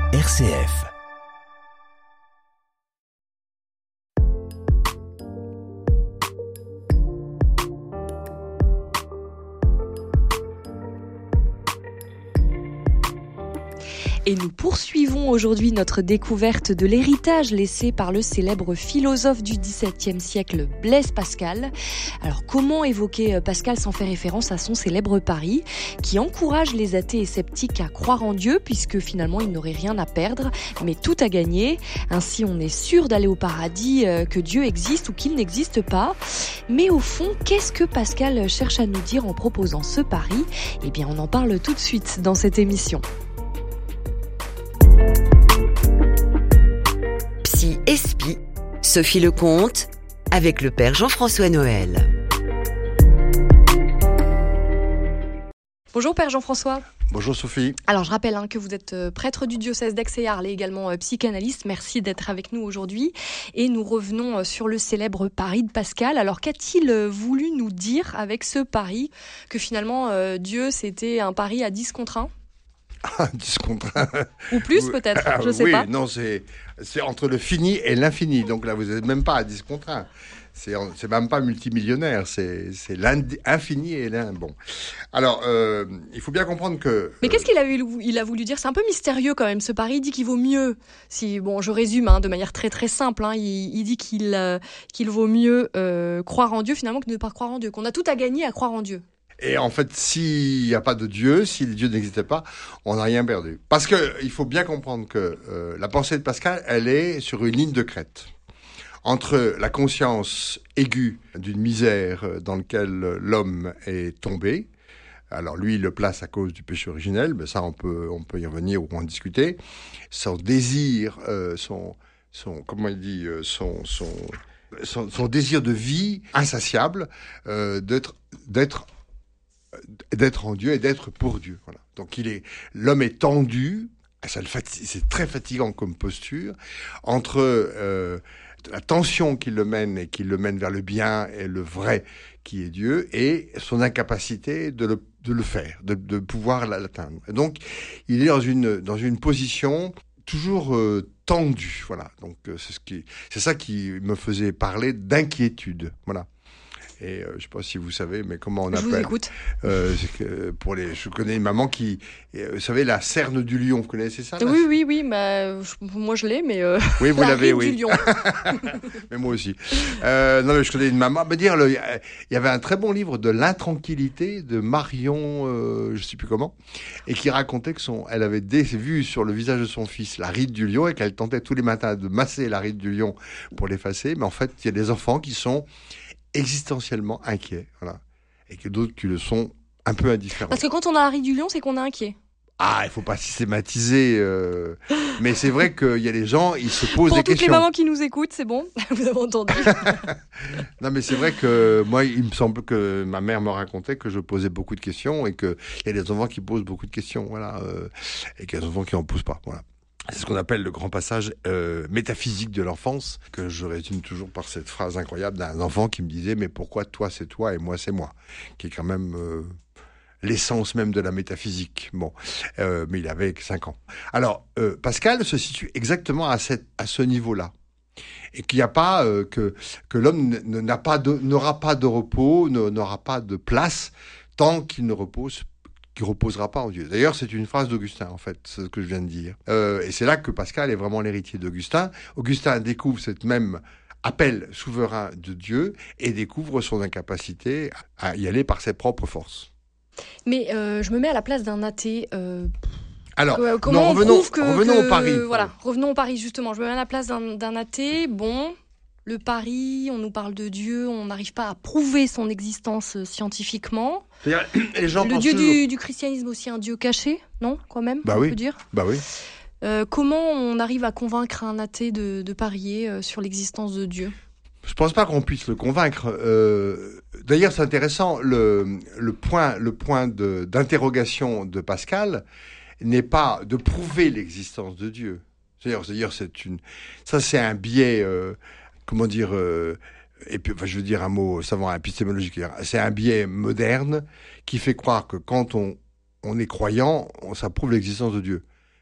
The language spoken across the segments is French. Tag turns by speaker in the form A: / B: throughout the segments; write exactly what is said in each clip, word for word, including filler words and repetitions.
A: R C F.
B: Et nous poursuivons aujourd'hui notre découverte de l'héritage laissé par le célèbre philosophe du dix-septième siècle, Blaise Pascal. Alors comment évoquer Pascal sans faire référence à son célèbre pari qui encourage les athées et sceptiques à croire en Dieu puisque finalement ils n'auraient rien à perdre mais tout à gagner. Ainsi on est sûr d'aller au paradis, que Dieu existe ou qu'il n'existe pas. Mais au fond, qu'est-ce que Pascal cherche à nous dire en proposant ce pari ? Eh bien on en parle tout de suite dans cette émission.
C: Psy et Spi, Sophie Lecomte, avec le père Jean-François Noël.
B: Bonjour père Jean-François.
D: Bonjour Sophie.
B: Alors je rappelle hein, que vous êtes euh, prêtre du diocèse d'Aix et Arles et également euh, psychanalyste. Merci d'être avec nous aujourd'hui. Et nous revenons euh, sur le célèbre pari de Pascal. Alors qu'a-t-il euh, voulu nous dire avec ce pari ? Que finalement euh, Dieu c'était un pari à dix contre un ?
D: Ah, dix contre un.
B: Ou plus peut-être,
D: ah,
B: je sais
D: oui,
B: pas.
D: Non, c'est, c'est entre le fini et l'infini. Donc là, vous n'êtes même pas à dix contre un. C'est, c'est même pas multimillionnaire. C'est, c'est l'infini et l'un. Bon. Alors, euh, il faut bien comprendre que...
B: Mais
D: euh,
B: qu'est-ce qu'il a, il a voulu dire ? C'est un peu mystérieux quand même, ce pari. Il dit qu'il vaut mieux, si, bon, je résume hein, de manière très très simple, hein, il, il dit qu'il, euh, qu'il vaut mieux euh, croire en Dieu finalement que de ne pas croire en Dieu. Qu'on a tout à gagner à croire en Dieu.
D: Et en fait, s'il n'y a pas de Dieu, si Dieu n'existait pas, on n'a rien perdu. Parce que il faut bien comprendre que euh, la pensée de Pascal, elle est sur une ligne de crête. Entre la conscience aiguë d'une misère dans laquelle l'homme est tombé, alors lui, il le place à cause du péché originel, mais ça, on peut, on peut y revenir ou en discuter. Son désir, euh, son, son, comment il dit, euh, son, son, son, son désir de vie insatiable, euh, d'être, d'être d'être en Dieu et d'être pour Dieu. Voilà. Donc il est, l'homme est tendu, ça le fatigue, c'est très fatigant comme posture, entre euh, la tension qui le mène et qui le mène vers le bien et le vrai qui est Dieu et son incapacité de le, de le faire, de, de pouvoir l'atteindre. Et donc il est dans une, dans une position toujours euh, tendue. Voilà. Donc euh, c'est, ce qui, c'est ça qui me faisait parler d'inquiétude. Voilà. Et euh, je ne sais pas si vous savez, mais comment on
B: je
D: appelle.
B: Je vous écoute.
D: Euh, c'est que pour les, je connais une maman qui, euh, vous savez, la cerne du lion. Vous connaissez ça ?
B: Oui, oui, oui. Bah, je, moi, je l'ai, mais euh,
D: oui, vous
B: la
D: l'avez,
B: rime
D: oui.
B: du lion.
D: Mais moi aussi. Euh, non, mais je connais une maman. Me dire, le, il y avait un très bon livre de l'intranquillité de Marion, euh, je ne sais plus comment, et qui racontait que son, elle avait dé, vu sur le visage de son fils la ride du lion et qu'elle tentait tous les matins de masser la ride du lion pour l'effacer. Mais en fait, il y a des enfants qui sont existentiellement inquiets, voilà, et que d'autres qui le sont un peu indifférents.
B: Parce que quand on a la ride du lion, c'est qu'on est inquiet.
D: Ah, il faut pas systématiser, euh... mais c'est vrai qu'il y a des gens, ils se posent
B: Pour
D: des questions. Pour
B: toutes les mamans qui nous écoutent, c'est bon, vous avez entendu.
D: Non, mais c'est vrai que moi, il me semble que ma mère me racontait que je posais beaucoup de questions et qu'il y a des enfants qui posent beaucoup de questions, voilà, euh... et qu'il y a des enfants qui en posent pas, voilà. C'est ce qu'on appelle le grand passage euh, métaphysique de l'enfance, que je résume toujours par cette phrase incroyable d'un enfant qui me disait « Mais pourquoi toi c'est toi et moi c'est moi ?» qui est quand même euh, l'essence même de la métaphysique. Bon, euh, mais il avait cinq ans. Alors, euh, Pascal se situe exactement à, cette, à ce niveau-là. Et qu'il n'y a pas, euh, que, que l'homme n- n'a pas de, n'aura pas de repos, ne, n'aura pas de place tant qu'il ne repose qui reposera pas en Dieu. D'ailleurs, c'est une phrase d'Augustin, en fait, c'est ce que je viens de dire. Euh, et c'est là que Pascal est vraiment l'héritier d'Augustin. Augustin découvre cette même appel souverain de Dieu et découvre son incapacité à y aller par ses propres forces.
B: Mais euh, je me mets à la place d'un athée. Euh...
D: Alors,
B: euh, comment
D: non,
B: on
D: revenons,
B: prouve que,
D: revenons
B: que...
D: au pari.
B: Voilà, revenons au pari, justement. Je me mets à la place d'un, d'un athée. Bon, le pari, on nous parle de Dieu, on n'arrive pas à prouver son existence scientifiquement.
D: C'est-à-dire, les gens
B: le
D: pensent
B: Dieu
D: toujours...
B: du, du christianisme aussi, un Dieu caché, non, quand même,
D: bah
B: on
D: oui.
B: peut dire.
D: Bah oui.
B: Euh, comment on arrive à convaincre un athée de, de parier euh, sur l'existence de Dieu ?
D: Je pense pas qu'on puisse le convaincre. Euh, d'ailleurs, c'est intéressant. Le, le point, le point de, d'interrogation de Pascal n'est pas de prouver l'existence de Dieu. C'est-à-dire, c'est-à-dire c'est une, ça c'est un biais, euh, comment dire, euh, et puis, enfin, je veux dire un mot savant épistémologique. C'est un biais moderne qui fait croire que quand on, on est croyant, on, ça prouve l'existence de Dieu.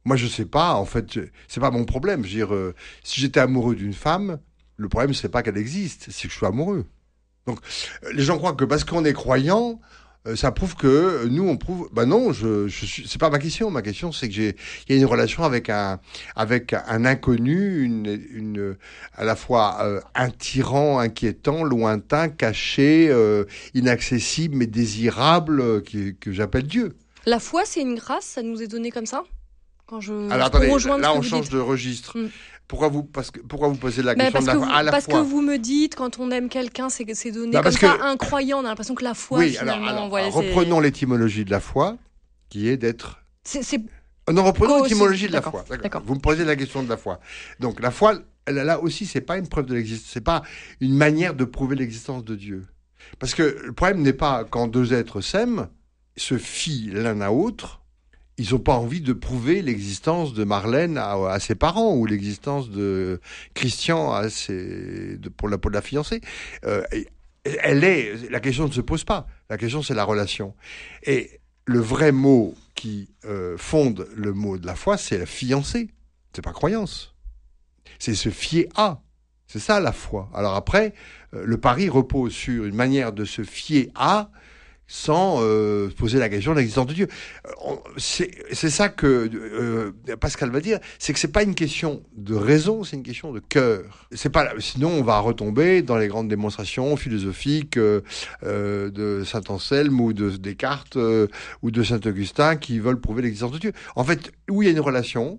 D: Moi, je sais pas. En fait, je- c'est pas mon problème. Je veux dire, euh, si j'étais amoureux d'une femme, le problème c'est pas qu'elle existe, c'est que je suis amoureux. Donc, euh, les gens croient que parce qu'on est croyant, euh, ça prouve que euh, nous on prouve. Bah non, je, je suis. C'est pas ma question. Ma question, c'est que j'ai, il y a une relation avec un, avec un inconnu, une, une, à la fois euh, un tyran, inquiétant, lointain, caché, euh, inaccessible, mais désirable, euh, qui- que j'appelle Dieu.
B: La foi, c'est une grâce, ça nous est donné comme ça Quand je,
D: Alors
B: pour
D: attendez,
B: rejoindre
D: là
B: ce que
D: on
B: vous
D: change
B: dites.
D: de registre.
B: Mm.
D: Pourquoi vous, parce que, pourquoi vous posez la
B: Mais
D: question
B: parce
D: de la
B: que,
D: foi
B: vous,
D: à la
B: parce
D: fois
B: que vous me dites, quand on aime quelqu'un, c'est, c'est donné
D: Bah,
B: comme
D: parce
B: ça
D: que-
B: à un croyant. On a l'impression que la foi,
D: Oui,
B: finalement...
D: alors, alors,
B: ouais, c'est-
D: reprenons l'étymologie de la foi, qui est d'être...
B: C'est, c'est...
D: Euh, Non, reprenons
B: Co-
D: l'étymologie de la
B: d'accord,
D: foi. D'accord.
B: d'accord.
D: Vous me posez la question de la foi. Donc la foi, elle, là aussi, c'est pas une preuve de l'existence, c'est pas une manière de prouver l'existence de Dieu. Parce que le problème n'est pas quand deux êtres s'aiment, se fient l'un à l'autre, ils n'ont pas envie de prouver l'existence de Marlène à, à ses parents ou l'existence de Christian à ses, de, pour, la, pour la fiancée. Euh, et- elle est, la question ne se pose pas. La question, c'est la relation. Et le vrai mot qui euh, fonde le mot de la foi, c'est la fiancée. C'est pas croyance. C'est se fier à. C'est ça la foi. Alors après, euh, le pari repose sur une manière de se fier à sans euh, poser la question de l'existence de Dieu. Euh, on- C'est c'est ça que euh, Pascal va dire, c'est que c'est pas une question de raison, c'est une question de cœur. C'est pas, sinon on va retomber dans les grandes démonstrations philosophiques euh, euh, de Saint Anselme ou de Descartes euh, ou de Saint Augustin qui veulent prouver l'existence de Dieu. En fait, où il y a une relation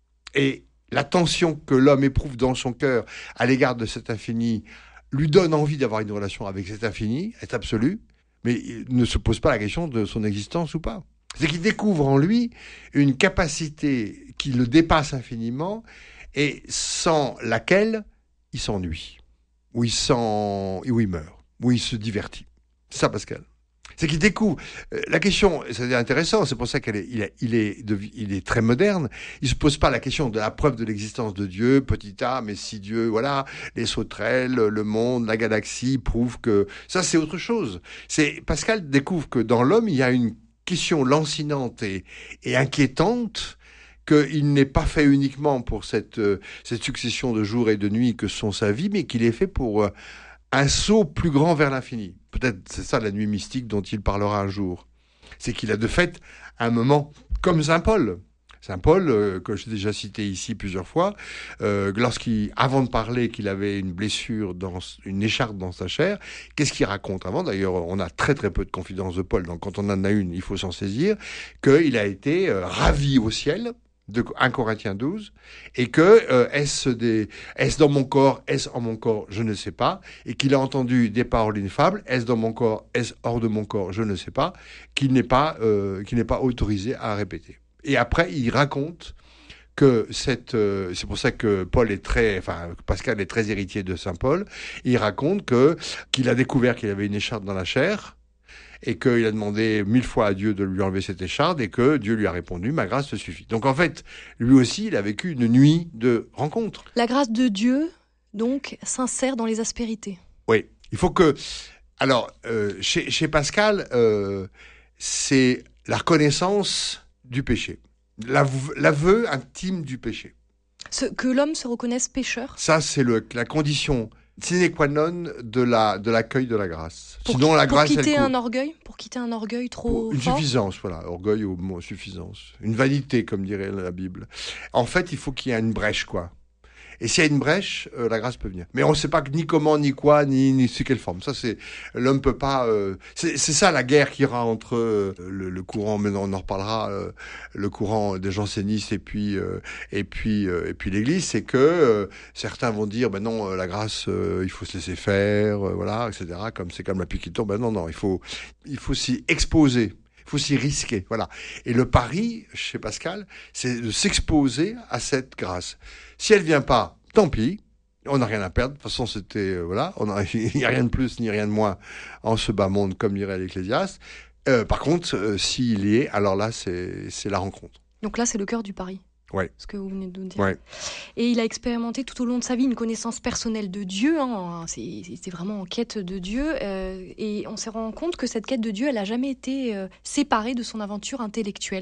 D: et la tension que l'homme éprouve dans son cœur à l'égard de cet infini lui donne envie d'avoir une relation avec cet infini, est absolu, mais il ne se pose pas la question de son existence ou pas. C'est qu'il découvre en lui une capacité qui le dépasse infiniment et sans laquelle il s'ennuie, ou il, s'en... ou il meurt, ou il se divertit. C'est ça, Pascal. C'est qu'il découvre. euh, La question, c'est intéressant, c'est pour ça qu'il est, il est, il est, de- il est très moderne. Il se pose pas la question de la preuve de l'existence de Dieu, petit a, mais si Dieu, voilà, les sauterelles, le monde, la galaxie prouvent que ça, c'est autre chose. C'est Pascal découvre que dans l'homme, il y a une question lancinante et, et inquiétante qu'il n'est pas fait uniquement pour cette, euh, cette succession de jours et de nuits que sont sa vie, mais qu'il est fait pour euh, un saut plus grand vers l'infini. Peut-être c'est ça la nuit mystique dont il parlera un jour. C'est qu'il a de fait un moment comme Saint Paul. Saint Paul, euh, que j'ai déjà cité ici plusieurs fois, euh, lorsqu'il, avant de parler qu'il avait une blessure, dans, une écharpe dans sa chair, qu'est-ce qu'il raconte avant? D'ailleurs, on a très très peu de confidences de Paul, donc quand on en a une, il faut s'en saisir, qu'il a été euh, ravi au ciel, de un Corinthiens douze, et que euh, est-ce des, est-ce dans mon corps, est-ce en mon corps, je ne sais pas, et qu'il a entendu des paroles ineffables, est-ce dans mon corps, est-ce hors de mon corps, je ne sais pas, qu'il n'est pas, euh, qu'il n'est pas autorisé à répéter. Et après, il raconte que cette, euh, c'est pour ça que Paul est très, enfin Pascal est très héritier de Saint Paul. Il raconte que qu'il a découvert qu'il avait une écharpe dans la chair, et qu'il a demandé mille fois à Dieu de lui enlever cette écharpe, et que Dieu lui a répondu, ma grâce te suffit. Donc en fait, lui aussi, il a vécu une nuit de rencontre.
B: La grâce de Dieu, donc, s'insère dans les aspérités.
D: Oui, il faut que... Alors, euh, chez, chez Pascal, euh, c'est la reconnaissance du péché, l'aveu, l'aveu intime du péché.
B: Ce, que l'homme se reconnaisse pécheur.
D: Ça, c'est le, la condition sine qua non de, la, de l'accueil de la grâce.
B: Pour,
D: Sinon, la
B: pour
D: grâce,
B: quitter
D: elle
B: un
D: court.
B: orgueil, pour quitter un orgueil trop
D: Pour une
B: fort.
D: suffisance, voilà, orgueil ou mot suffisance, une vanité comme dirait la Bible. En fait, il faut qu'il y ait une brèche, quoi. Et s'il y a une brèche, euh, la grâce peut venir. Mais on ne sait pas ni comment, ni quoi, ni, ni sous quelle forme. Ça, c'est l'homme peut pas. Euh, c'est, c'est ça la guerre qu'il y aura entre euh, le, le courant. Mais on en reparlera. Euh, le courant des jansénistes et puis euh, et puis euh, et puis l'Église, c'est que euh, certains vont dire, ben non, euh, la grâce, euh, il faut se laisser faire, euh, voilà, et cetera. Comme c'est comme la pluie qui tombe. Ben non, non, il faut il faut s'y exposer. Il faut s'y risquer, voilà. Et le pari, chez Pascal, c'est de s'exposer à cette grâce. Si elle vient pas, tant pis, on n'a rien à perdre. De toute façon, c'était, euh, voilà, on a, il n'y a rien de plus ni rien de moins en ce bas monde, comme dirait l'Ecclésiaste. Euh, par contre, euh, s'il y est, alors là, c'est, c'est la rencontre.
B: Donc là, c'est le cœur du pari.
D: Ouais.
B: Ce que vous venez de nous dire.
D: Ouais.
B: Et il a expérimenté tout au long de sa vie une connaissance personnelle de Dieu. Hein. C'est, c'était vraiment en quête de Dieu. Euh, et on s'est rendu compte que cette quête de Dieu, elle n'a jamais été euh, séparée de son aventure intellectuelle.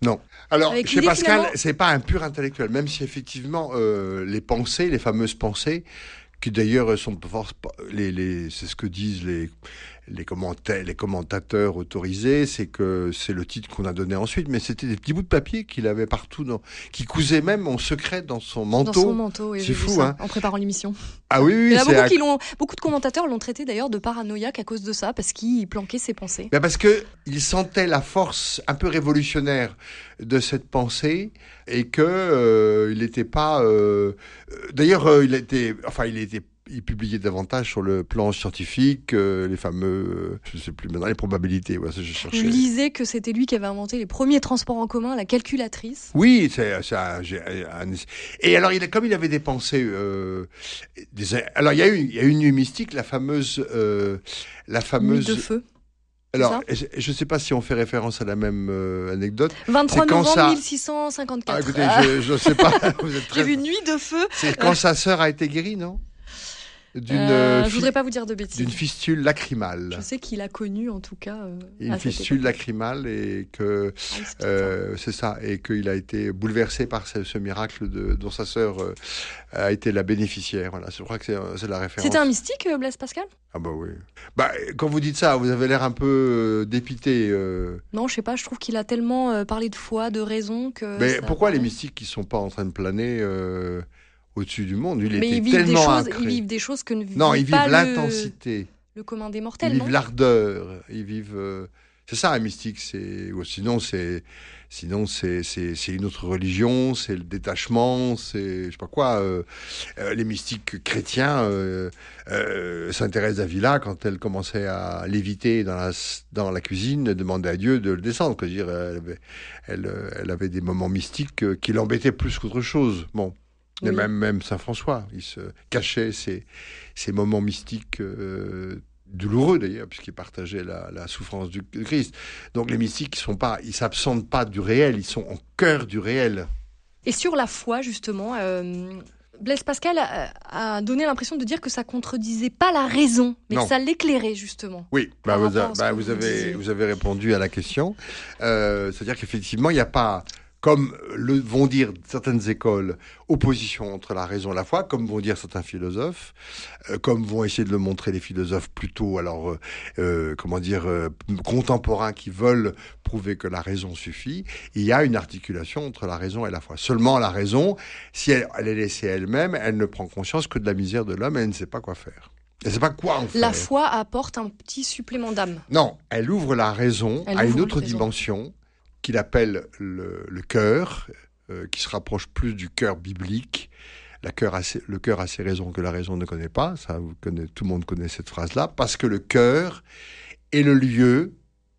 D: Non. Alors,
B: Avec
D: chez
B: l'idée,
D: Pascal,
B: finalement...
D: c'est pas un pur intellectuel, même si effectivement, euh, les pensées, les fameuses pensées, qui d'ailleurs sont les, les, c'est ce que disent les, les, commenta- les commentateurs autorisés, c'est que c'est le titre qu'on a donné ensuite, mais c'était des petits bouts de papier qu'il avait partout, dans, qui cousaient même en secret dans son manteau.
B: Dans son manteau, oui,
D: c'est
B: j'ai
D: fou,
B: vu ça,
D: hein.
B: En préparant l'émission.
D: Ah oui, oui,
B: Il y en a
D: c'est
B: beaucoup,
D: à...
B: qui l'ont, beaucoup de commentateurs l'ont traité d'ailleurs de paranoïaque à cause de ça, parce qu'il planquait ses pensées.
D: Ben parce que il sentait la force un peu révolutionnaire de cette pensée et que euh, il n'était pas. Euh... D'ailleurs, euh, il était, enfin, il était. Il publiait davantage sur le plan scientifique, euh, les fameux, euh, je ne sais plus maintenant, les probabilités. Voilà, ça, je cherchais.
B: Je lisais que c'était lui qui avait inventé les premiers transports en commun, la calculatrice.
D: Oui, c'est, c'est un, un, et alors, il, comme il avait des pensées, euh, des, alors il y a eu, il y a une nuit mystique, la fameuse, euh, la fameuse.
B: Nuit de feu.
D: Alors, je ne sais pas si on fait référence à la même euh, anecdote.
B: vingt-trois novembre
D: ça...
B: mille six cent cinquante-quatre.
D: Ah, écoutez, je ne sais pas. Vous êtes très...
B: J'ai vu Nuit de feu.
D: C'est quand sa sœur a été guérie, non? D'une,
B: euh,
D: fi...
B: Je voudrais pas vous dire de bêtises.
D: D'une fistule lacrymale.
B: Je sais qu'il a connu, en tout cas. Euh,
D: une fistule lacrymale et que ah, euh, c'est ça et qu'il a été bouleversé par ce, ce miracle de, dont sa sœur euh, a été la bénéficiaire. Voilà, je crois que c'est, c'est la référence.
B: C'était un mystique, Blaise Pascal?
D: Ah bah oui. Bah quand vous dites ça, vous avez l'air un peu euh, dépité. Euh...
B: Non, je sais pas. Je trouve qu'il a tellement euh, parlé de foi, de raison que.
D: Mais pourquoi
B: paraît...
D: les mystiques qui sont pas en train de planer? Euh... au-dessus du monde. Il
B: mais
D: était
B: ils vivent,
D: tellement
B: des choses,
D: ancré.
B: ils vivent des choses que ne vivent
D: non, ils vivent
B: pas
D: l'intensité.
B: Le, le commun des mortels.
D: Ils vivent
B: non
D: l'ardeur. Ils vivent. Euh... C'est ça un mystique. C'est sinon c'est sinon c'est c'est c'est une autre religion. C'est le détachement. C'est je sais pas quoi. Euh... Euh, les mystiques chrétiens. Euh... Euh... Sainte Thérèse d'Avila, quand elle commençait à léviter dans la dans la cuisine, demandait à Dieu de le descendre. Que dire, elle avait elle, elle avait des moments mystiques qui l'embêtaient plus qu'autre chose. Bon. Et oui. même, même Saint François, il se cachait ces, ces moments mystiques euh, douloureux d'ailleurs, puisqu'il partageait la, la souffrance du, du Christ. Donc les mystiques, ils sont pas, ils s'absentent pas du réel, ils sont au cœur du réel.
B: Et sur la foi, justement, euh, Blaise Pascal a, a donné l'impression de dire que ça contredisait pas la raison, mais non. que ça l'éclairait justement.
D: Oui, bah vous, a, bah vous, avez, vous avez répondu à la question. Euh, c'est-à-dire qu'effectivement, il n'y a pas... comme le, vont dire certaines écoles, opposition entre la raison et la foi, comme vont dire certains philosophes, euh, comme vont essayer de le montrer les philosophes plutôt, alors, euh, euh, comment dire, euh, contemporains qui veulent prouver que la raison suffit. Il y a une articulation entre la raison et la foi. Seulement la raison, si elle, elle est laissée elle-même, elle ne prend conscience que de la misère de l'homme et elle ne sait pas quoi faire. Elle ne sait pas quoi en faire.
B: La foi apporte un petit supplément d'âme.
D: Non, elle ouvre la raison elle à une autre dimension qu'il appelle le, le cœur, euh, qui se rapproche plus du cœur biblique. La cœur a ses, le cœur a ses raisons que la raison ne connaît pas. Ça, vous connaissez, tout le monde connaît cette phrase-là. Parce que le cœur est le lieu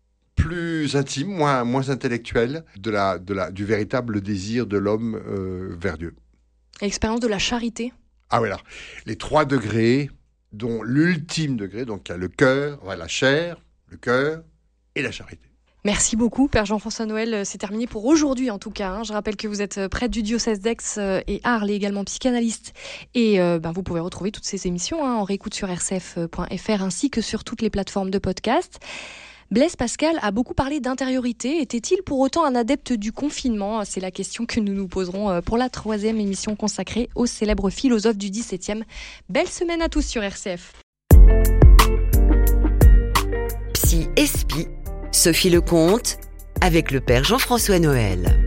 D: plus intime, moins, moins intellectuel, de la, de la, du véritable désir de l'homme euh, vers Dieu.
B: L'expérience de la charité.
D: Ah oui, alors, les trois degrés, dont l'ultime degré, donc il y a le cœur, ouais, la chair, le cœur et la charité.
B: Merci beaucoup, Père Jean-François Noël. C'est terminé pour aujourd'hui, en tout cas. Hein. Je rappelle que vous êtes prêtre du diocèse d'Aix et Arles, et également psychanalyste. Et euh, ben, vous pouvez retrouver toutes ces émissions hein, en réécoute sur r c f point f r ainsi que sur toutes les plateformes de podcast. Blaise Pascal a beaucoup parlé d'intériorité. Était-il pour autant un adepte du confinement? C'est la question que nous nous poserons pour la troisième émission consacrée au célèbre philosophe du dix-septième. Belle semaine à tous sur R C F.
C: Psy et Spi, Sophie Lecomte, avec le Père Jean-François Noël.